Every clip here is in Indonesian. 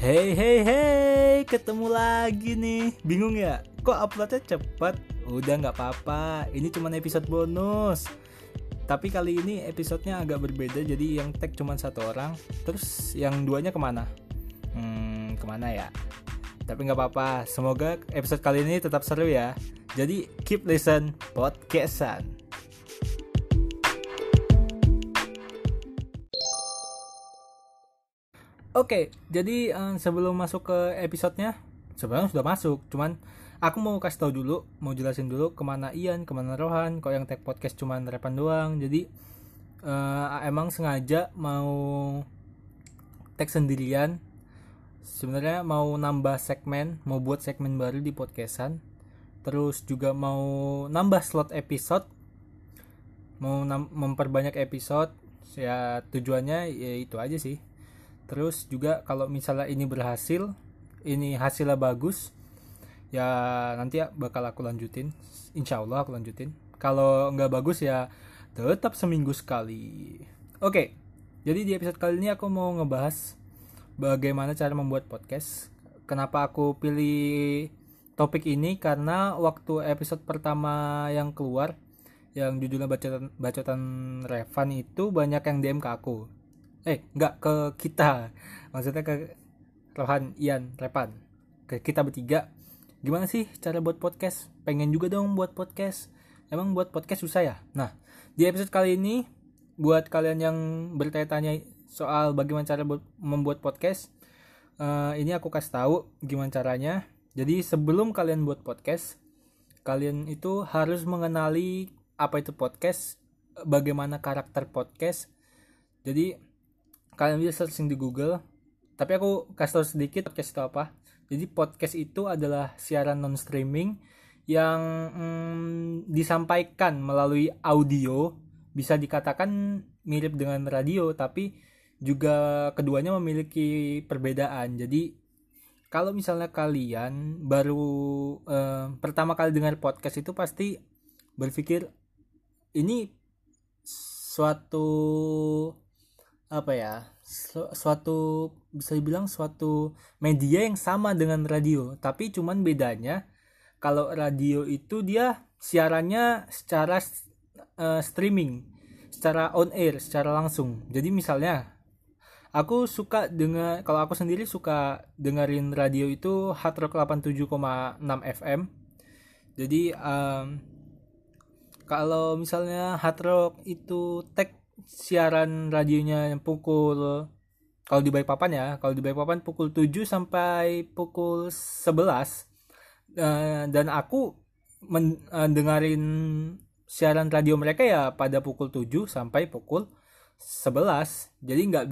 Hey, ketemu lagi nih. Bingung ya? Kok uploadnya cepet? Udah gak apa-apa, ini cuma episode bonus. Tapi kali ini episodenya agak berbeda, jadi yang tag cuma satu orang. Terus yang duanya kemana? Kemana ya? Tapi gak apa-apa, semoga episode kali ini tetap seru ya. Jadi keep listen podcastan. Oke, jadi sebelum masuk ke episodenya, sebenarnya sudah masuk, cuman aku mau kasih tahu dulu, mau jelasin dulu kemana Ian, kemana Rohan, kok yang tag podcast cuman Repan doang. Jadi emang sengaja mau tag sendirian, sebenarnya mau nambah segmen, mau buat segmen baru di podcastan, terus juga mau nambah slot episode, mau memperbanyak episode, ya tujuannya ya itu aja sih. Terus juga kalau misalnya ini berhasil, ini hasilnya bagus, ya nanti bakal aku lanjutin. Insya Allah aku lanjutin. Kalau nggak bagus ya tetap seminggu sekali. Oke, jadi di episode kali ini aku mau ngebahas bagaimana cara membuat podcast. Kenapa aku pilih topik ini? Karena waktu episode pertama yang keluar, yang judulnya bacotan Revan itu banyak yang DM ke aku. Enggak ke kita, maksudnya ke Rohan, Ian, Repan, ke kita bertiga. Gimana sih cara buat podcast? Pengen juga dong buat podcast. Emang buat podcast susah ya? Nah, di episode kali ini, buat kalian yang bertanya-tanya soal bagaimana cara membuat podcast, ini aku kasih tahu gimana caranya. Jadi sebelum kalian buat podcast, kalian itu harus mengenali apa itu podcast, bagaimana karakter podcast. Jadi kalian bisa searching di Google. Tapi aku kasih tahu sedikit podcast itu apa. Jadi podcast itu adalah siaran non-streaming yang disampaikan melalui audio. Bisa dikatakan mirip dengan radio, tapi juga keduanya memiliki perbedaan. Jadi kalau misalnya kalian baru pertama kali dengar podcast itu pasti berpikir ini suatu suatu bisa dibilang suatu media yang sama dengan radio, tapi cuman bedanya kalau radio itu dia siarannya secara streaming, secara on air, secara langsung. Jadi misalnya aku suka kalau aku sendiri suka dengerin radio itu Hard Rock 87,6 FM. Jadi kalau misalnya Hard Rock itu tag siaran radionya yang pukul, kalau di Balikpapan pukul 7 sampai pukul 11, dan aku dengerin siaran radio mereka ya pada pukul 7 sampai pukul 11. Jadi nggak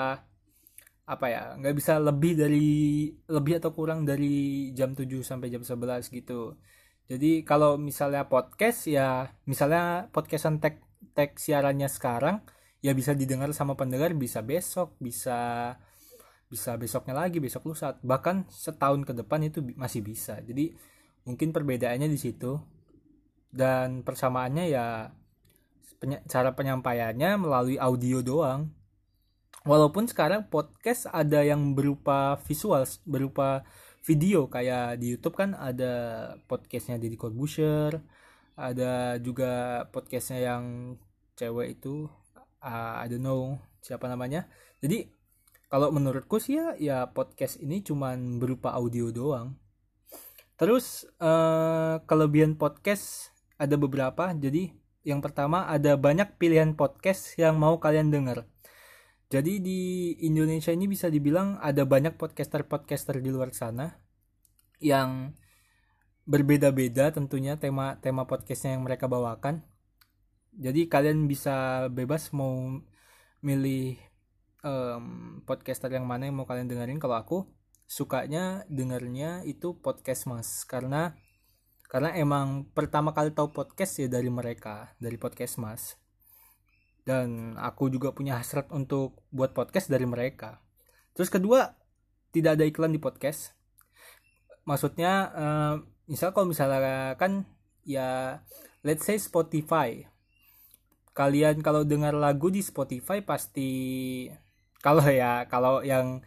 bisa lebih atau kurang dari jam 7 sampai jam 11 gitu. Jadi kalau misalnya podcast, ya misalnya podcastan tag siarannya sekarang ya bisa didengar sama pendengar, bisa besok, bisa besoknya lagi, besok lusa, bahkan setahun ke depan itu masih bisa. Jadi mungkin perbedaannya di situ, dan persamaannya ya cara penyampaiannya melalui audio doang. Walaupun sekarang podcast ada yang berupa visual, berupa video, kayak di YouTube kan ada podcastnya Deddy Corbuzier, ada juga podcastnya yang cewek itu, I don't know siapa namanya. Jadi kalau menurutku sih ya podcast ini cuman berupa audio doang. Terus kelebihan podcast ada beberapa. Jadi yang pertama, ada banyak pilihan podcast yang mau kalian dengar. Jadi di Indonesia ini bisa dibilang ada banyak podcaster di luar sana yang berbeda-beda tentunya tema podcastnya yang mereka bawakan. Jadi kalian bisa bebas mau milih podcaster yang mana yang mau kalian dengerin. Kalau aku sukanya dengernya itu Podcast Mas, karena emang pertama kali tahu podcast ya dari mereka, dari Podcast Mas. Dan aku juga punya hasrat untuk buat podcast dari mereka. Terus kedua, tidak ada iklan di podcast. Maksudnya kalau misalnya kan ya let's say Spotify. Kalian kalau dengar lagu di Spotify pasti, kalau yang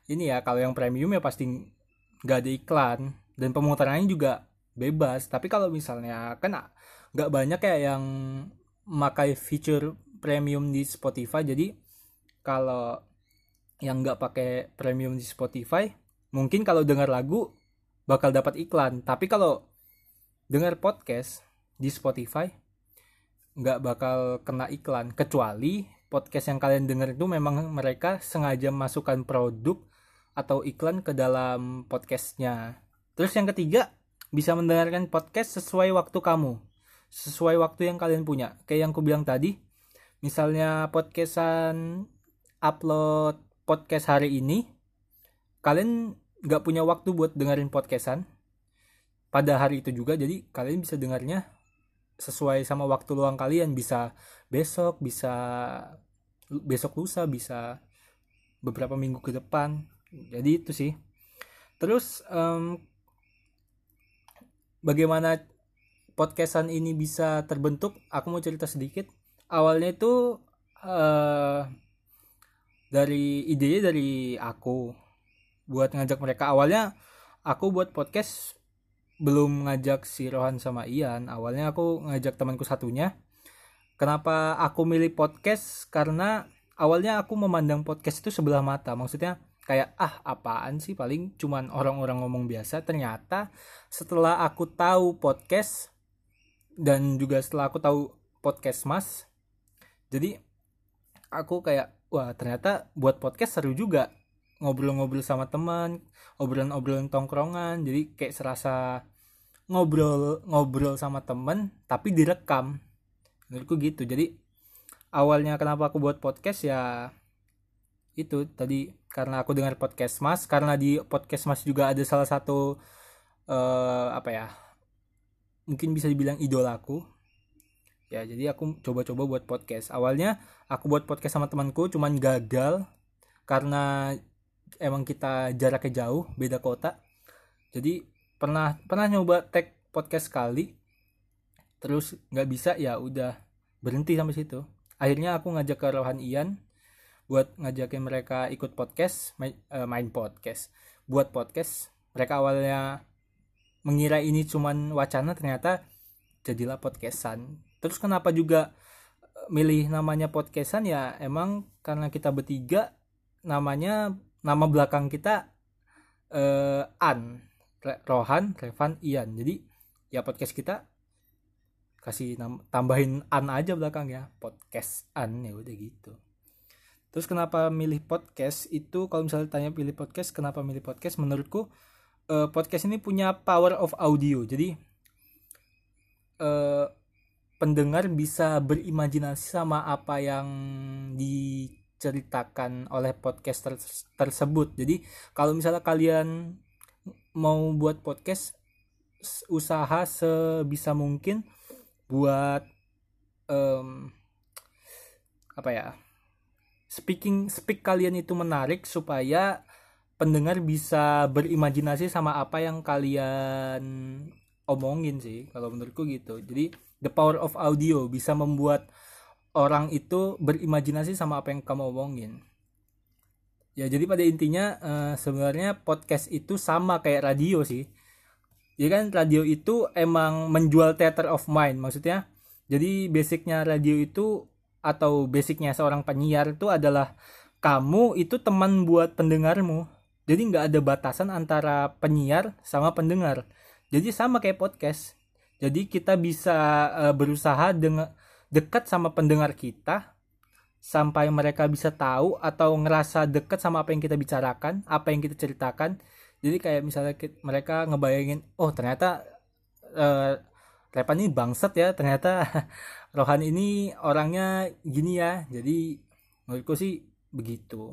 ini ya, kalau yang premium ya pasti nggak ada iklan dan pemutarannya juga bebas. Tapi kalau misalnya kan nggak banyak ya yang memakai fitur premium di Spotify, jadi kalau yang nggak pakai premium di Spotify mungkin kalau dengar lagu bakal dapat iklan, tapi kalau dengar podcast di Spotify nggak bakal kena iklan, kecuali podcast yang kalian dengar itu memang mereka sengaja masukkan produk atau iklan ke dalam podcastnya. Terus yang ketiga, bisa mendengarkan podcast sesuai waktu kamu, sesuai waktu yang kalian punya. Kayak yang aku bilang tadi, misalnya podcastan upload podcast hari ini, kalian nggak punya waktu buat dengerin podcastan pada hari itu juga, jadi kalian bisa dengarnya sesuai sama waktu luang kalian, bisa besok lusa, bisa beberapa minggu ke depan. Jadi itu sih. Terus bagaimana podcastan ini bisa terbentuk, aku mau cerita sedikit. Awalnya itu dari idenya dari aku buat ngajak mereka. Awalnya aku buat podcast belum ngajak si Rohan sama Ian. Awalnya aku ngajak temanku satunya. Kenapa aku milih podcast? Karena awalnya aku memandang podcast itu sebelah mata. Maksudnya kayak apaan sih, paling cuman orang-orang ngomong biasa. Ternyata setelah aku tahu podcast dan juga setelah aku tahu podcast Mas, jadi aku kayak wah, ternyata buat podcast seru juga. Ngobrol-ngobrol sama teman, obrolan-obrolan tongkrongan, jadi kayak serasa ngobrol sama teman tapi direkam. Menurutku gitu. Jadi awalnya kenapa aku buat podcast ya itu tadi, karena aku dengar podcast Mas, karena di podcast Mas juga ada salah satu mungkin bisa dibilang idolaku ya. Jadi aku coba-coba buat podcast. Awalnya aku buat podcast sama temanku, cuman gagal karena emang kita jaraknya jauh, beda kota. Jadi pernah nyoba tag podcast sekali, terus nggak bisa, ya udah berhenti sampai situ. Akhirnya aku ngajak ke Rohan Ian buat ngajakin mereka ikut podcast, main podcast, buat podcast. Mereka awalnya mengira ini cuman wacana, ternyata jadilah podcastan. Terus kenapa juga milih namanya podcastan ya, emang karena kita bertiga nama belakang kita An, Rohan, Revan, Ian. Jadi ya podcast kita kasih tambahin An aja belakangnya, podcast An, ya udah gitu. Terus kenapa milih podcast itu, kalau misalnya tanya pilih podcast, kenapa milih podcast, menurutku podcast ini punya power of audio. Jadi pendengar bisa berimajinasi sama apa yang diceritakan oleh podcast tersebut. Jadi kalau misalnya kalian mau buat podcast, usaha sebisa mungkin buat speak kalian itu menarik supaya pendengar bisa berimajinasi sama apa yang kalian omongin sih, kalau menurutku gitu. Jadi the power of audio bisa membuat orang itu berimajinasi sama apa yang kamu omongin. Ya jadi pada intinya sebenarnya podcast itu sama kayak radio sih. Jadi kan radio itu emang menjual theater of mind, maksudnya. Jadi basicnya radio itu, atau basicnya seorang penyiar itu adalah kamu itu teman buat pendengarmu. Jadi nggak ada batasan antara penyiar sama pendengar. Jadi sama kayak podcast. Jadi kita bisa berusaha dekat sama pendengar kita sampai mereka bisa tahu atau ngerasa dekat sama apa yang kita bicarakan, apa yang kita ceritakan. Jadi kayak misalnya mereka ngebayangin, oh ternyata Repan ini bangsat ya, ternyata Rohan ini orangnya gini ya. Jadi menurutku sih begitu.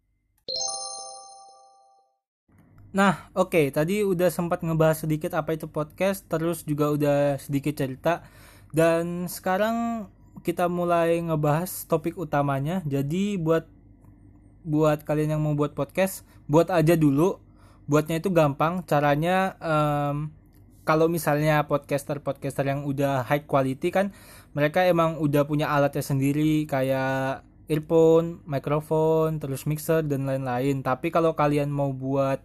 Nah, oke, tadi udah sempat ngebahas sedikit apa itu podcast, terus juga udah sedikit cerita. Dan sekarang kita mulai ngebahas topik utamanya. Jadi buat kalian yang mau buat podcast, buat aja dulu. Buatnya itu gampang. Caranya kalau misalnya podcaster yang udah high quality kan, mereka emang udah punya alatnya sendiri, kayak earphone, mikrofon, terus mixer dan lain-lain. Tapi kalau kalian mau buat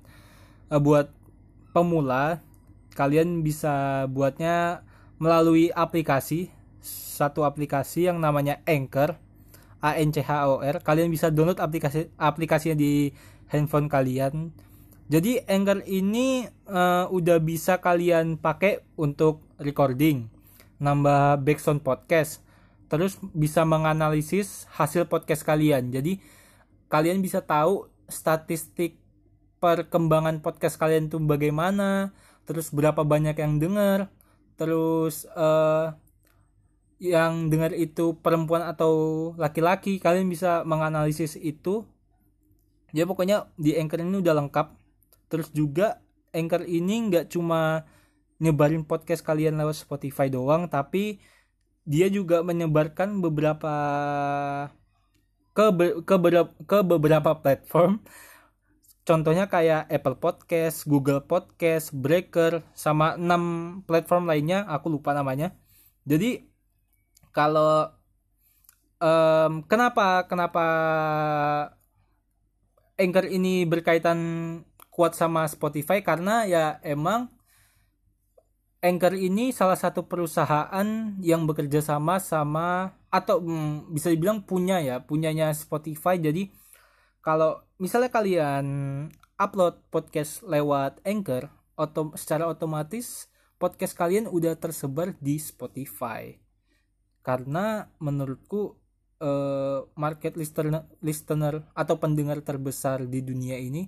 pemula, kalian bisa buatnya melalui satu aplikasi yang namanya Anchor, Anchor. Kalian bisa download aplikasinya di handphone kalian. Jadi Anchor ini udah bisa kalian pakai untuk recording, nambah background podcast, terus bisa menganalisis hasil podcast kalian. Jadi kalian bisa tahu statistik perkembangan podcast kalian tuh bagaimana, terus berapa banyak yang dengar, terus yang dengar itu perempuan atau laki-laki. Kalian bisa menganalisis itu. Ya pokoknya di Anchor ini udah lengkap. Terus juga Anchor ini nggak cuma nyebarin podcast kalian lewat Spotify doang, tapi dia juga menyebarkan ke beberapa platform. Contohnya kayak Apple Podcast, Google Podcast, Breaker, sama 6 platform lainnya, aku lupa namanya. Jadi kalau kenapa Anchor ini berkaitan kuat sama Spotify, karena ya emang Anchor ini salah satu perusahaan yang bekerja sama atau bisa dibilang punyanya Spotify. Jadi kalau misalnya kalian upload podcast lewat Anchor, secara otomatis podcast kalian udah tersebar di Spotify. Karena menurutku market listener atau pendengar terbesar di dunia ini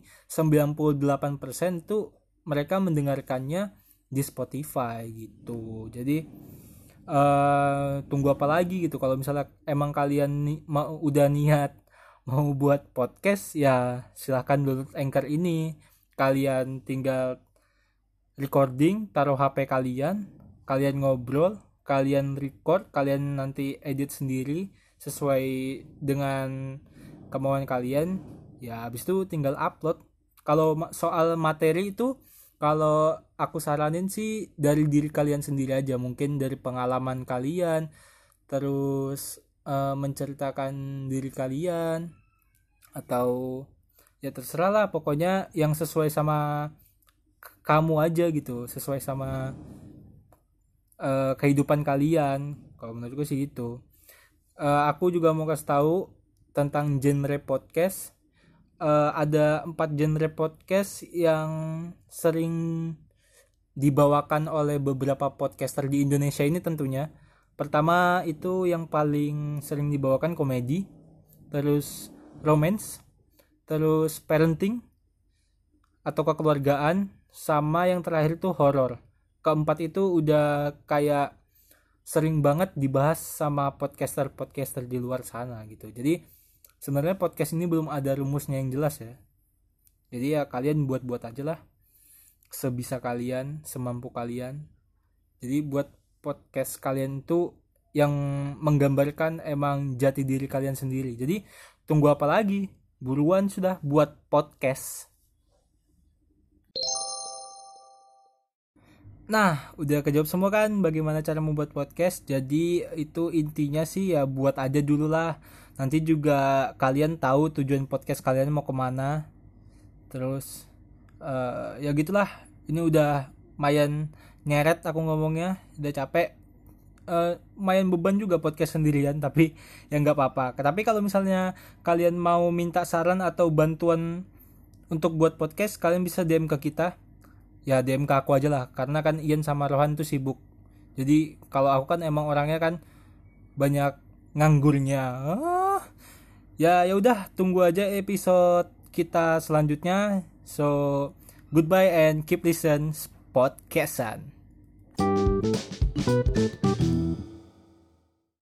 98% tuh mereka mendengarkannya di Spotify gitu. Jadi tunggu apa lagi gitu. Kalau misalnya emang kalian udah niat mau buat podcast, ya silahkan download Anchor ini. Kalian tinggal recording, taruh HP kalian ngobrol, kalian record, kalian nanti edit sendiri sesuai dengan kemauan kalian. Ya habis itu tinggal upload. Kalau soal materi itu, kalau aku saranin sih dari diri kalian sendiri aja, mungkin dari pengalaman kalian, terus menceritakan diri kalian, atau ya terserah lah, pokoknya yang sesuai sama kamu aja gitu, sesuai sama kehidupan kalian. Kalau menurut gue sih gitu. Aku juga mau kasih tahu tentang genre podcast. Ada 4 genre podcast yang sering dibawakan oleh beberapa podcaster di Indonesia ini tentunya. Pertama itu yang paling sering dibawakan komedi, terus romance, terus parenting atau kekeluargaan, sama yang terakhir itu horor. Keempat itu udah kayak sering banget dibahas sama podcaster di luar sana gitu. Jadi sebenarnya podcast ini belum ada rumusnya yang jelas ya. Jadi ya kalian buat aja lah, sebisa kalian, semampu kalian. Jadi buat podcast kalian tuh yang menggambarkan emang jati diri kalian sendiri. Jadi tunggu apa lagi? Buruan sudah buat podcast. Nah, udah kejawab semua kan bagaimana cara membuat podcast. Jadi itu intinya sih ya, buat aja dulu lah. Nanti juga kalian tahu tujuan podcast kalian mau kemana. Terus ya gitulah. Ini udah lumayan nyeret aku ngomongnya, udah capek. Lumayan beban juga podcast sendirian, tapi ya nggak apa-apa. Tapi kalau misalnya kalian mau minta saran atau bantuan untuk buat podcast, kalian bisa DM ke kita. Ya DM ke aku aja lah, karena kan Ian sama Rohan tuh sibuk. Jadi kalau aku kan emang orangnya kan banyak nganggurnya. Ya udah, tunggu aja episode kita selanjutnya. So goodbye and keep listen podcastan.